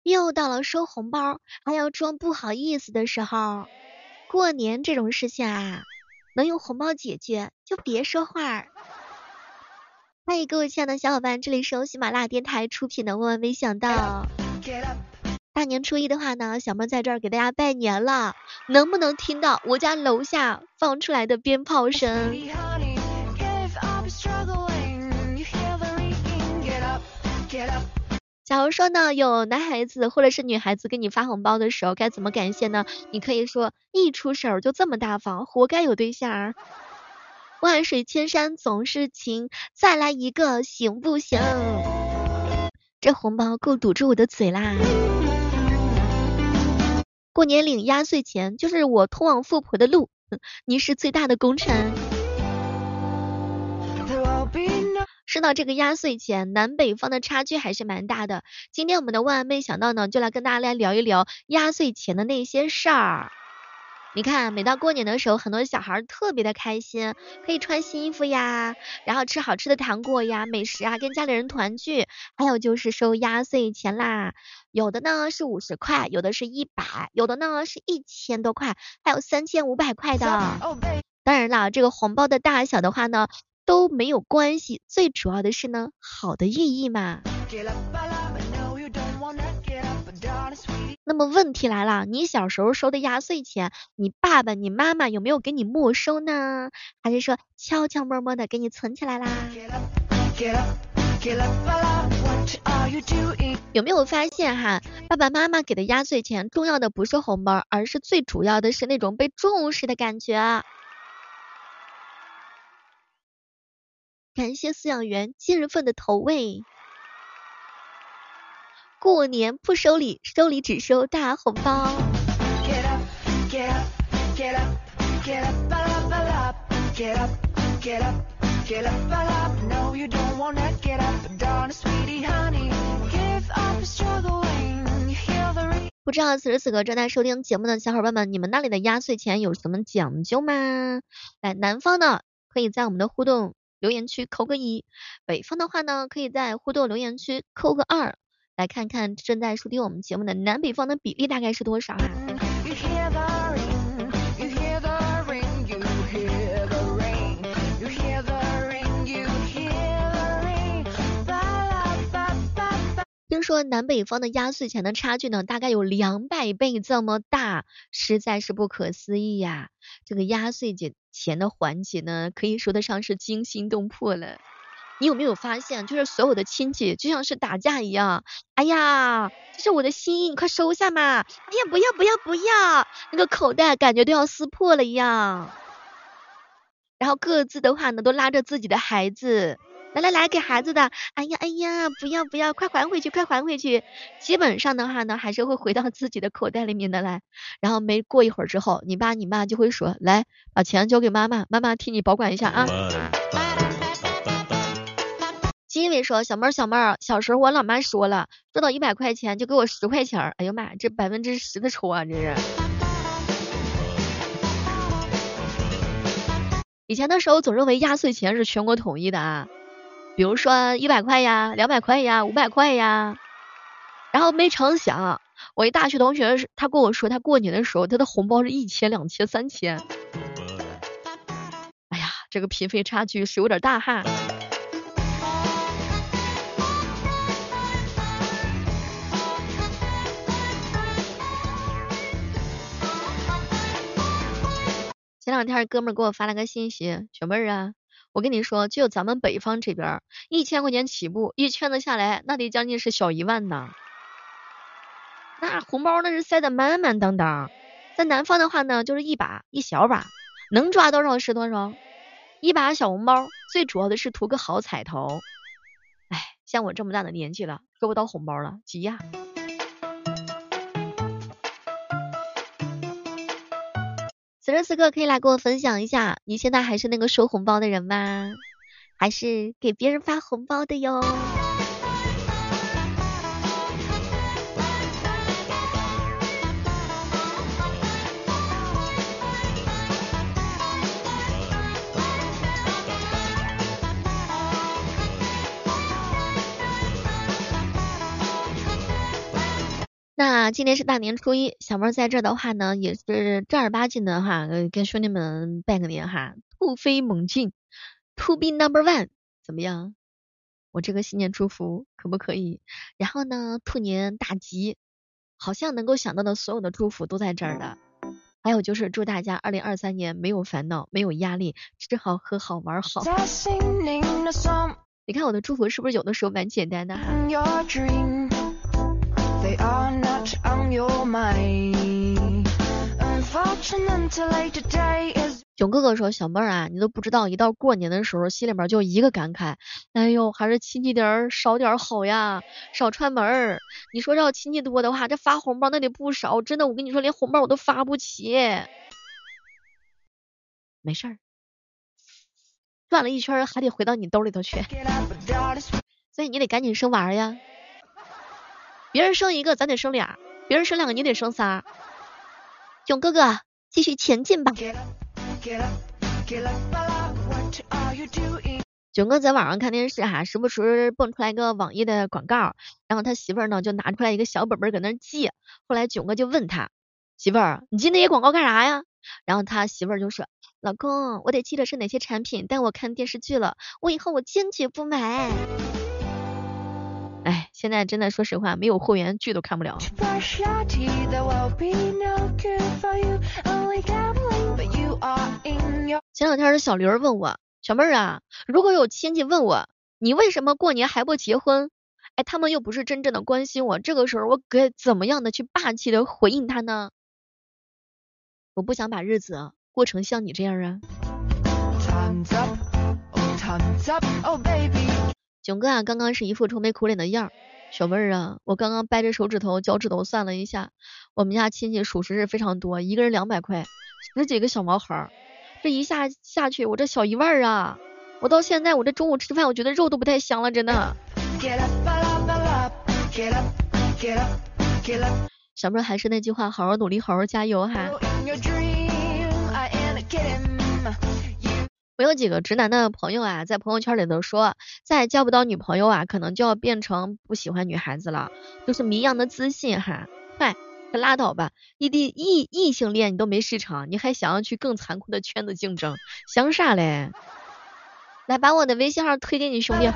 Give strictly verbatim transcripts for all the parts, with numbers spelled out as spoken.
又到了收红包还要装不好意思的时候，过年这种事情啊，能用红包解决就别说话。欢迎各位亲爱的小伙伴，这里是由喜马拉雅电台出品的万万没想到。大年初一的话呢，小妹在这儿给大家拜年了，能不能听到我家楼下放出来的鞭炮声？假如说呢，有男孩子或者是女孩子给你发红包的时候，该怎么感谢呢？你可以说，一出手就这么大方，活该有对象。万水千山总是情，再来一个行不行？这红包够堵住我的嘴啦。过年领压岁钱就是我通往富婆的路，你是最大的功臣。说到这个压岁钱，南北方的差距还是蛮大的。今天我们的万万没想到呢，就来跟大家来聊一聊压岁钱的那些事儿。你看，每到过年的时候，很多小孩特别的开心，可以穿新衣服呀，然后吃好吃的糖果呀、美食啊，跟家里人团聚。还有就是收压岁钱啦，有的呢是五十块，有的是一百，有的呢是一千多块，还有三千五百块的。当然啦，这个红包的大小的话呢都没有关系，最主要的是呢好的寓意嘛。那么问题来了，你小时候收的压岁钱，你爸爸你妈妈有没有给你没收呢？还是说悄悄摸摸的给你存起来啦？有没有发现哈，爸爸妈妈给的压岁钱重要的不是红包，而是最主要的是那种被重视的感觉。感谢饲养员今日份的投喂。过年不收礼，收礼只收大红包。不知道此时此刻正在收听节目的小伙伴们，你们那里的压岁钱有什么讲究吗？来，南方呢，可以在我们的互动留言区扣个一，北方的话呢，可以在互动留言区扣个二。来看看正在收听我们节目的南北方的比例大概是多少啊？听说南北方的压岁钱的差距呢，大概有两百倍这么大，实在是不可思议呀！这个压岁钱的环节呢，可以说得上是惊心动魄了。你有没有发现，就是所有的亲戚就像是打架一样，哎呀，这是我的心意，你快收下嘛！哎呀，不要不要不要，那个口袋感觉都要撕破了一样。然后各自的话呢，都拉着自己的孩子，来来来，给孩子的，哎呀哎呀，不要不要，快还回去，快还回去。基本上的话呢，还是会回到自己的口袋里面的来。然后没过一会儿之后，你爸你妈就会说，来，把钱交给妈妈，妈妈替你保管一下啊。金伟说，小妹儿小妹儿，小时候我老妈说了，收到一百块钱就给我十块钱，哎呦妈，这百分之十的抽啊，这是。以前的时候总认为压岁钱是全国统一的啊，比如说一百块呀、两百块呀、五百块呀，然后没成想，我一大学同学他跟我说，他过年的时候他的红包是一千、两千、三千，哎呀，这个贫富差距是有点大哈。前两天哥们儿给我发了个信息，小妹儿啊，我跟你说，就咱们北方这边，一千块钱起步，一圈子下来，那得将近是小一万呢。那红包那是塞得满满当当。在南方的话呢，就是一把一小把，能抓多少是多少。一把小红包，最主要的是图个好彩头。哎，像我这么大的年纪了，收不到红包了，急呀。此时此刻可以来跟我分享一下，你现在还是那个收红包的人吗？还是给别人发红包的哟？ 那今天是大年初一，小妹儿在这儿的话呢，也是正儿八经的哈，呃跟兄弟们拜个年哈，突飞猛进，to be number one，怎么样？我这个新年祝福可不可以？然后呢，兔年大吉，好像能够想到的所有的祝福都在这儿的。还有就是祝大家二零二三年没有烦恼，没有压力，吃好喝好玩好。你看我的祝福是不是有的时候蛮简单的哈？They are not on your mind. Unfortunately, today is 囧哥哥说，小妹儿啊，你都不知道，一到过年的时候，心里面就一个感慨，哎呦，还是亲戚点儿少点儿好呀，少串门儿。你说要亲戚多的话，这发红包那得不少，真的，我跟你说，连红包我都发不起。没事儿，转了一圈还得回到你兜里头去，所以你得赶紧生娃呀。别人生一个，咱得生俩；别人生两个，你得生仨。囧哥哥，继续前进吧。囧哥在网上看电视哈，时不时蹦出来一个网易的广告，然后他媳妇儿呢就拿出来一个小本本搁那记。后来囧哥就问他媳妇儿，你记那些广告干啥呀？然后他媳妇儿就说，老公，我得记得是哪些产品，但我看电视剧了，我以后我坚决不买。哎，现在真的说实话，没有会员剧都看不了。前两天小驴儿问我，小妹儿啊，如果有亲戚问我，你为什么过年还不结婚？哎，他们又不是真正的关心我，这个时候我该怎么样的去霸气的回应他呢？我不想把日子过成像你这样啊。囧哥啊，刚刚是一副愁眉苦脸的样儿。小妹儿啊，我刚刚掰着手指头、脚趾头算了一下，我们家亲戚属实是非常多，一个人两百块，十几个小毛孩儿，这一下下去，我这小一万啊！我到现在，我这中午吃饭，我觉得肉都不太香了，真的。小妹儿还是那句话，好好努力，好好加油哈。我有几个直男的朋友啊，在朋友圈里头说，再交不到女朋友啊，可能就要变成不喜欢女孩子了，就是迷样的自信哈。嗨，可拉倒吧，异地异异性恋你都没市场，你还想要去更残酷的圈子竞争，想啥嘞？来，把我的微信号推给你兄弟。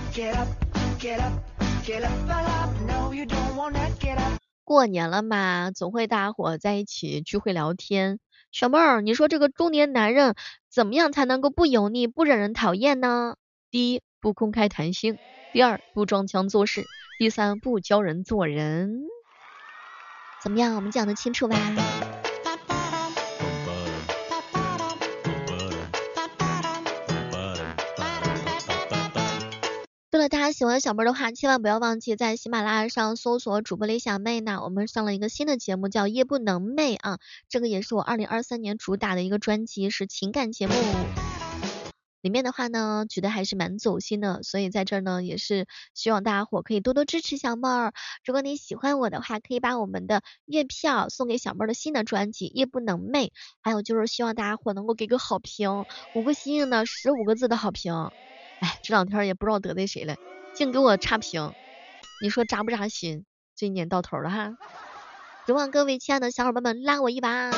过年了嘛，总会大家伙在一起聚会聊天。小妹儿，你说这个中年男人怎么样才能够不油腻、不惹人讨厌呢？第一，不公开谈心；第二，不装腔作势；第三，不教人做人。怎么样？我们讲的清楚吧？对了，大家喜欢小妹的话，千万不要忘记在喜马拉雅上搜索主播李小妹呢。我们上了一个新的节目叫夜不能寐啊，这个也是我二零二三年主打的一个专辑，是情感节目。里面的话呢，举的还是蛮走心的，所以在这儿呢，也是希望大家伙可以多多支持小妹儿。如果你喜欢我的话，可以把我们的月票送给小妹儿的新的专辑《夜不能寐》，还有就是希望大家伙能够给个好评，五个星星的十五个字的好评。哎，这两天也不知道得罪谁了，净给我差评，你说扎不扎心？这一年到头了哈，希望各位亲爱的小伙伴们拉我一把。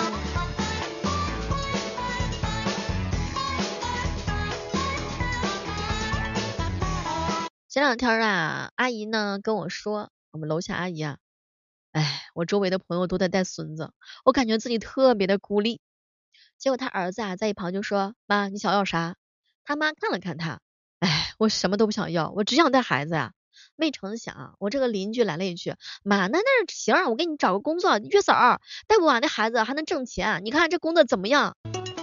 前两天啊，阿姨呢跟我说，我们楼下阿姨啊，哎，我周围的朋友都在带孙子，我感觉自己特别的孤立。结果他儿子啊在一旁就说，妈，你想要啥？他妈看了看他，哎，我什么都不想要，我只想带孩子呀。没成想，我这个邻居来了一句，妈，那那行，我给你找个工作，月嫂儿带不完的孩子还能挣钱，你看这工作怎么样？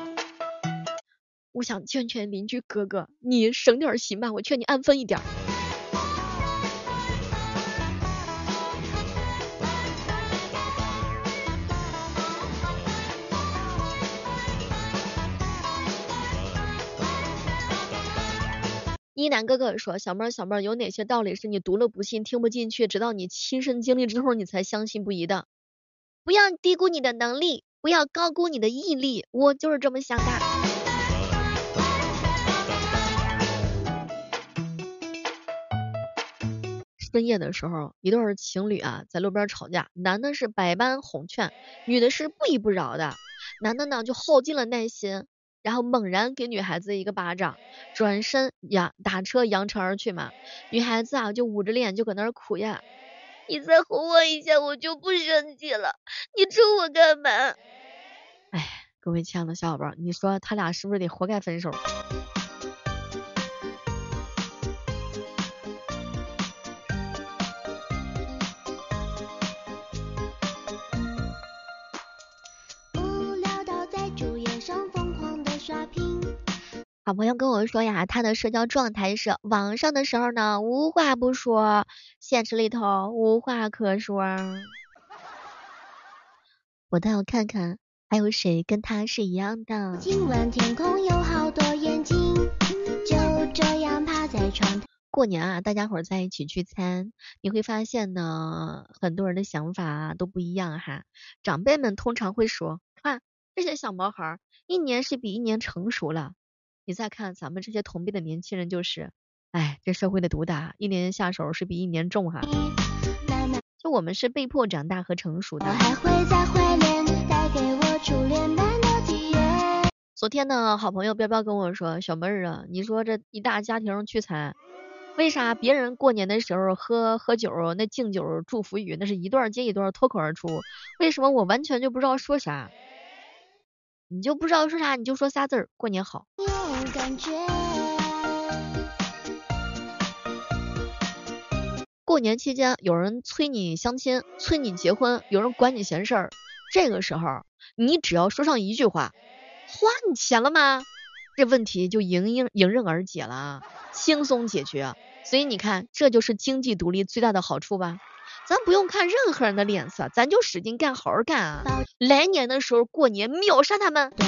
我想劝劝邻居哥哥，你省点心吧，我劝你安分一点。一楠哥哥说，小妹儿小妹儿，有哪些道理是你读了不信，听不进去，直到你亲身经历之后你才相信不疑的？不要低估你的能力，不要高估你的毅力，我就是这么想的。 深夜的时候，一对情侣啊在路边吵架，男的是百般哄劝，女的是不依不饶的。男的呢就耗尽了耐心，然后猛然给女孩子一个巴掌，转身呀打车扬长而去嘛。女孩子啊就捂着脸就搁那儿哭呀，你再哄我一下，我就不生气了，你抽我干嘛？哎，各位亲爱的小伙伴，你说他俩是不是得活该分手？好朋友跟我说呀，他的社交状态是网上的时候呢无话不说，现实里头无话可说。我倒要看看还有谁跟他是一样的。今晚天空有好多眼睛，就这样趴在床。过年啊，大家伙在一起聚餐，你会发现呢，很多人的想法都不一样哈。长辈们通常会说，看这些小毛孩一年是比一年成熟了。你再看咱们这些同辈的年轻人，就是哎，这社会的毒打一年下手是比一年重哈。就我们是被迫长大和成熟的。还会再怀念带给我初恋般的体验。昨天呢，好朋友彪彪跟我说，小妹儿啊，你说这一大家庭聚餐，为啥别人过年的时候喝喝酒那敬酒祝福语那是一段接一段脱口而出，为什么我完全就不知道说啥？你就不知道说啥，你就说仨字儿，过年好。有感觉。过年期间有人催你相亲，催你结婚，有人管你闲事儿，这个时候你只要说上一句话，花你钱了吗？这问题就迎迎迎刃而解了，轻松解决。所以你看，这就是经济独立最大的好处吧。咱不用看任何人的脸色，咱就使劲干，好好干啊！来年的时候过年秒杀他们。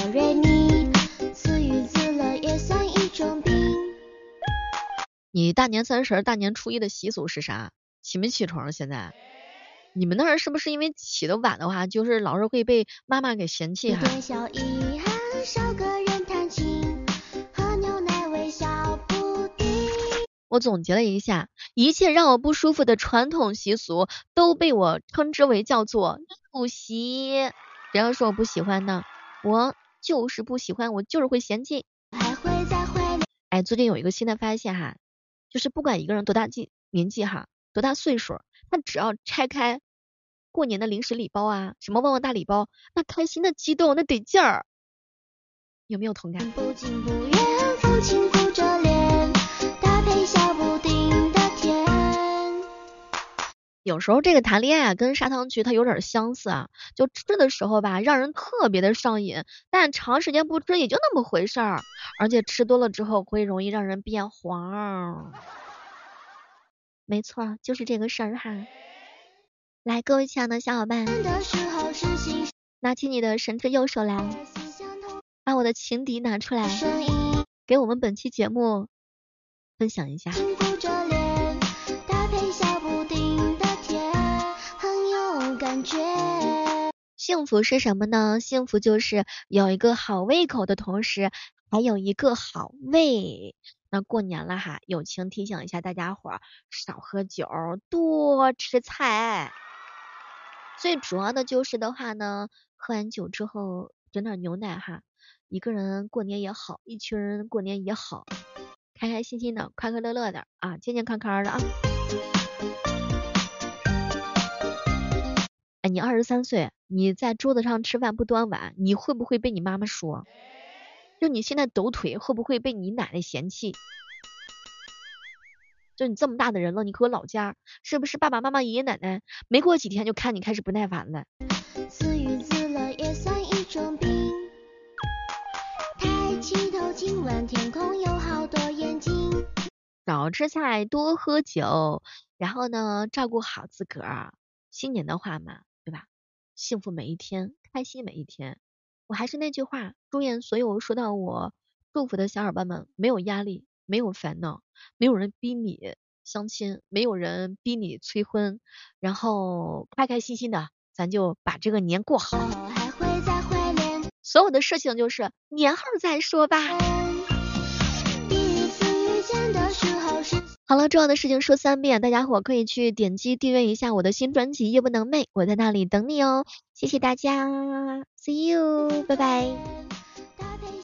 你大年三十、大年初一的习俗是啥？起没起床？现在你们那儿是不是因为起得晚的话，就是老是会被妈妈给嫌弃哈？我总结了一下，一切让我不舒服的传统习俗都被我称之为叫做陋习。只要说我不喜欢的，我就是不喜欢，我就是会嫌弃。还会再会。哎，最近有一个新的发现哈，就是不管一个人多大纪年纪哈，多大岁数，他只要拆开过年的零食礼包啊，什么旺旺大礼包，那开心的激动那得劲儿，有没有同感？不近不远，父亲扶着脸，搭配小布丁的甜。有时候这个谈恋爱啊，跟砂糖橘它有点相似啊，就吃的时候吧，让人特别的上瘾，但长时间不吃也就那么回事儿，而且吃多了之后会容易让人变黄。没错，就是这个事儿哈。来，各位亲爱的小伙伴，拿起你的神之右手来，把我的情敌拿出来，给我们本期节目分享一下。幸福是什么呢？幸福就是有一个好胃口的同时还有一个好胃。那过年了哈，友情提醒一下大家伙儿，少喝酒，多吃菜。最主要的就是的话呢，喝完酒之后整点牛奶哈，一个人过年也好，一群人过年也好，开开心心的，快快乐乐的啊，健健康康的啊。哎，你二十三岁，你在桌子上吃饭不端碗，你会不会被你妈妈说？就你现在抖腿，会不会被你奶奶嫌弃？就你这么大的人了，你回老家，是不是爸爸妈妈爷爷奶奶没过几天就看你开始不耐烦了？自娱自乐也算一种病。抬起头，今晚天空有好多眼睛。少吃菜，多喝酒，然后呢，照顾好自个儿。新年的话嘛，对吧？幸福每一天，开心每一天。我还是那句话，祝愿所有收到我祝福的小伙伴们没有压力，没有烦恼，没有人逼你相亲，没有人逼你催婚，然后开开心心的，咱就把这个年过好。还会再怀念，所有的事情就是年后再说吧。第一次遇见的时候是好了，重要的事情说三遍，大家伙可以去点击订阅一下我的新专辑《夜不能寐》，我在那里等你哦。谢谢大家，See you，拜拜。